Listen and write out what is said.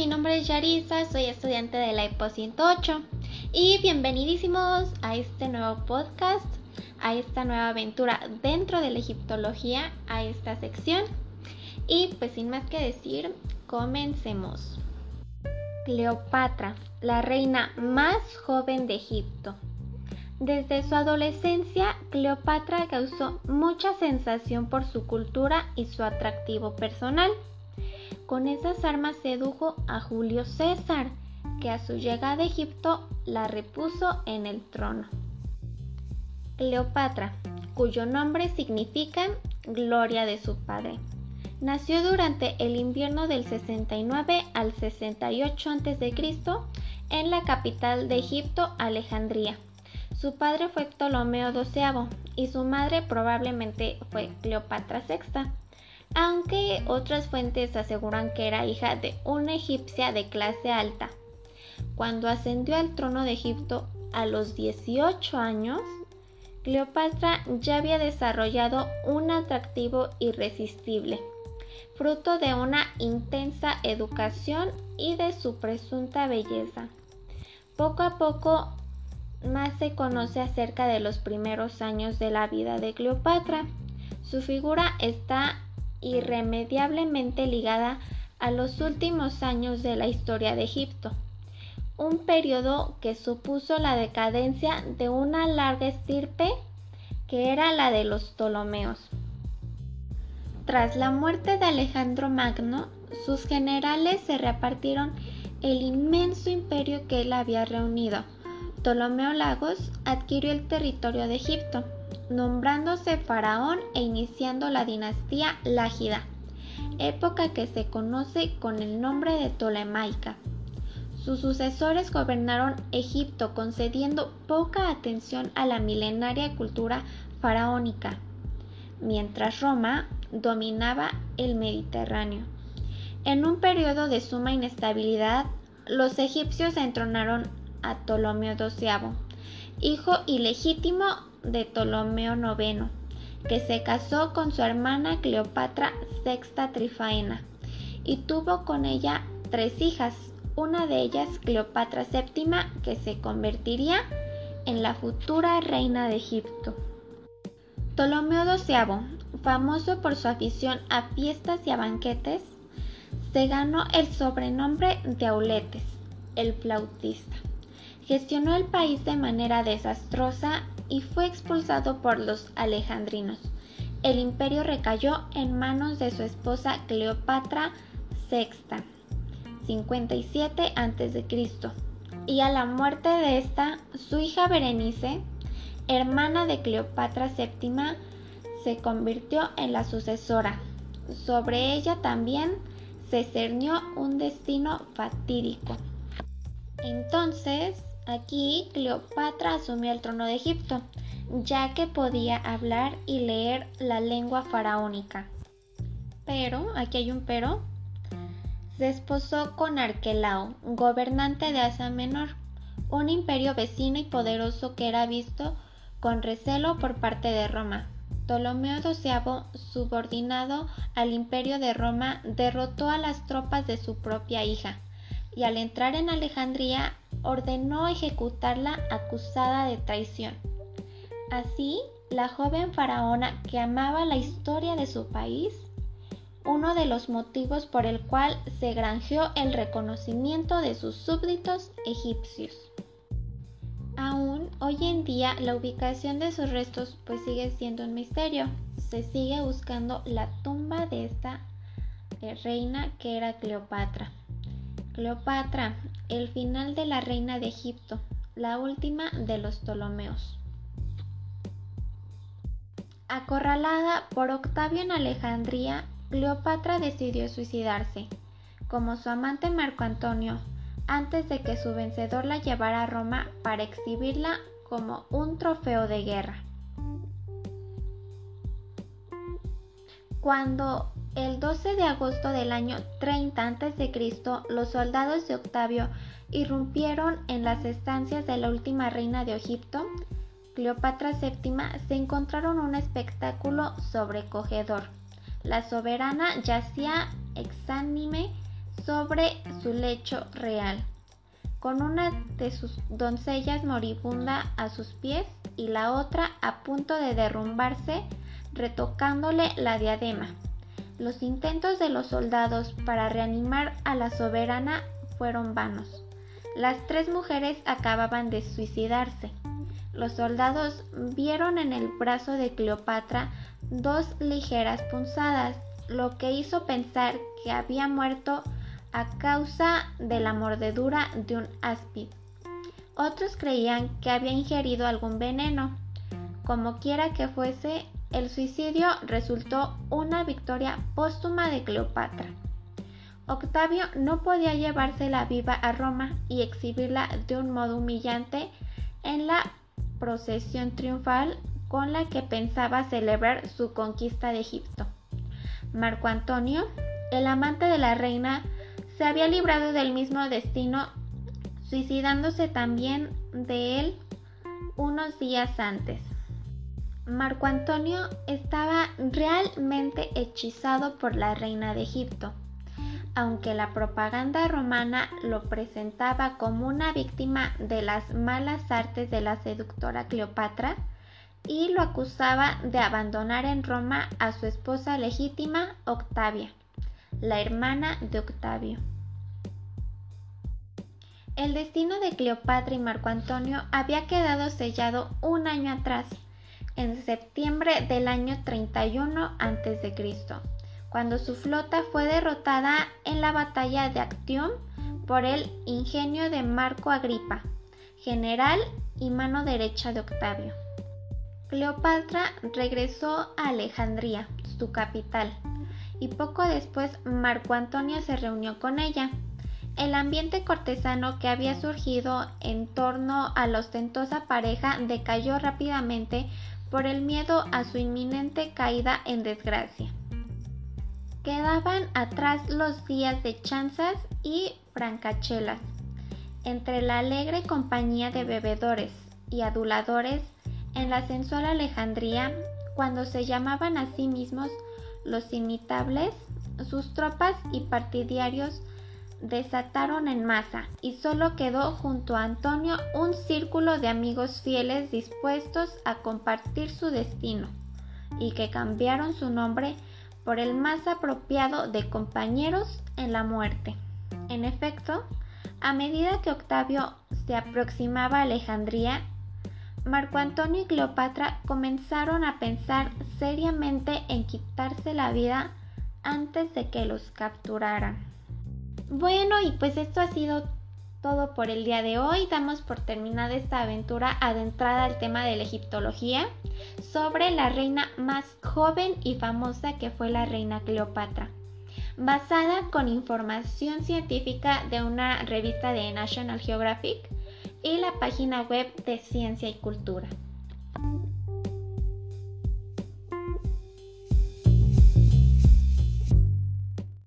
mi nombre es Yarisa, soy estudiante de la EPO 108 y bienvenidísimos a este nuevo podcast, a esta nueva aventura dentro de la egiptología, a esta sección. Y pues sin más que decir, comencemos. Cleopatra, la reina más joven de Egipto. Desde su adolescencia, Cleopatra causó mucha sensación por su cultura y su atractivo personal. Con esas armas sedujo a Julio César, que a su llegada a Egipto la repuso en el trono. Cleopatra, cuyo nombre significa gloria de su padre, nació durante el invierno del 69 al 68 a.C. en la capital de Egipto, Alejandría. Su padre fue Ptolomeo XII y su madre probablemente fue Cleopatra VI, aunque otras fuentes aseguran que era hija de una egipcia de clase alta. Cuando ascendió al trono de Egipto a los 18 años, Cleopatra ya había desarrollado un atractivo irresistible, fruto de una intensa educación y de su presunta belleza. Poco a poco más se conoce acerca de los primeros años de la vida de Cleopatra. Su figura está irremediablemente ligada a los últimos años de la historia de Egipto, un periodo que supuso la decadencia de una larga estirpe que era la de los Ptolomeos. Tras la muerte de Alejandro Magno, sus generales se repartieron el inmenso imperio que él había reunido. Ptolomeo Lagos adquirió el territorio de Egipto, nombrándose faraón e iniciando la dinastía Lágida, época que se conoce con el nombre de Ptolemaica. Sus sucesores gobernaron Egipto concediendo poca atención a la milenaria cultura faraónica, mientras Roma dominaba el Mediterráneo. En un periodo de suma inestabilidad, los egipcios entronaron a Ptolomeo XII, hijo ilegítimo de Ptolomeo IX, que se casó con su hermana Cleopatra VI Trifaena y tuvo con ella 3 hijas, una de ellas Cleopatra VII, que se convertiría en la futura reina de Egipto. Ptolomeo XII, famoso por su afición a fiestas y a banquetes, se ganó el sobrenombre de Auletes, el flautista. Gestionó el país de manera desastrosa y fue expulsado por los alejandrinos. El imperio recayó en manos de su esposa Cleopatra VI, 57 a.C., y a la muerte de esta, su hija Berenice, hermana de Cleopatra VII, se convirtió en la sucesora. Sobre ella también se cernió un destino fatídico. Entonces, aquí Cleopatra asumió el trono de Egipto, ya que podía hablar y leer la lengua faraónica. Pero, aquí hay un pero, se esposó con Arquelao, gobernante de Asia Menor, un imperio vecino y poderoso que era visto con recelo por parte de Roma. Ptolomeo XII, subordinado al imperio de Roma, derrotó a las tropas de su propia hija y al entrar en Alejandría ordenó ejecutarla acusada de traición. Así, la joven faraona, que amaba la historia de su país, uno de los motivos por el cual se granjeó el reconocimiento de sus súbditos egipcios. Aún hoy en día la ubicación de sus restos pues sigue siendo un misterio. Se sigue buscando la tumba de esta reina que era Cleopatra. Cleopatra, el final de la reina de Egipto, la última de los Ptolomeos. Acorralada por Octavio en Alejandría, Cleopatra decidió suicidarse, como su amante Marco Antonio, antes de que su vencedor la llevara a Roma para exhibirla como un trofeo de guerra. Cuando el 12 de agosto del año 30 a.C., los soldados de Octavio irrumpieron en las estancias de la última reina de Egipto, Cleopatra VII, se encontraron un espectáculo sobrecogedor. La soberana yacía exánime sobre su lecho real, con una de sus doncellas moribunda a sus pies y la otra a punto de derrumbarse, retocándole la diadema. Los intentos de los soldados para reanimar a la soberana fueron vanos. Las 3 mujeres acababan de suicidarse. Los soldados vieron en el brazo de Cleopatra 2 ligeras punzadas, lo que hizo pensar que había muerto a causa de la mordedura de un áspid. Otros creían que había ingerido algún veneno. Como quiera que fuese, el suicidio resultó una victoria póstuma de Cleopatra. Octavio no podía llevársela viva a Roma y exhibirla de un modo humillante en la procesión triunfal con la que pensaba celebrar su conquista de Egipto. Marco Antonio, el amante de la reina, se había librado del mismo destino, suicidándose también de él unos días antes. Marco Antonio estaba realmente hechizado por la reina de Egipto. Aunque la propaganda romana lo presentaba como una víctima de las malas artes de la seductora Cleopatra y lo acusaba de abandonar en Roma a su esposa legítima Octavia, la hermana de Octavio. El destino de Cleopatra y Marco Antonio había quedado sellado un año atrás, en septiembre del año 31 a.C., cuando su flota fue derrotada en la batalla de Actium por el ingenio de Marco Agripa, general y mano derecha de Octavio. Cleopatra regresó a Alejandría, su capital, y poco después Marco Antonio se reunió con ella. El ambiente cortesano que había surgido en torno a la ostentosa pareja decayó rápidamente por el miedo a su inminente caída en desgracia. Quedaban atrás los días de chanzas y francachelas, entre la alegre compañía de bebedores y aduladores en la sensual Alejandría, cuando se llamaban a sí mismos los imitables. Sus tropas y partidarios desataron en masa y solo quedó junto a Antonio un círculo de amigos fieles dispuestos a compartir su destino y que cambiaron su nombre por el más apropiado de compañeros en la muerte. En efecto, a medida que Octavio se aproximaba a Alejandría, Marco Antonio y Cleopatra comenzaron a pensar seriamente en quitarse la vida antes de que los capturaran. Bueno, y pues esto ha sido todo por el día de hoy. Damos por terminada esta aventura adentrada al tema de la egiptología sobre la reina más joven y famosa, que fue la reina Cleopatra, basada con información científica de una revista de National Geographic y la página web de Ciencia y Cultura.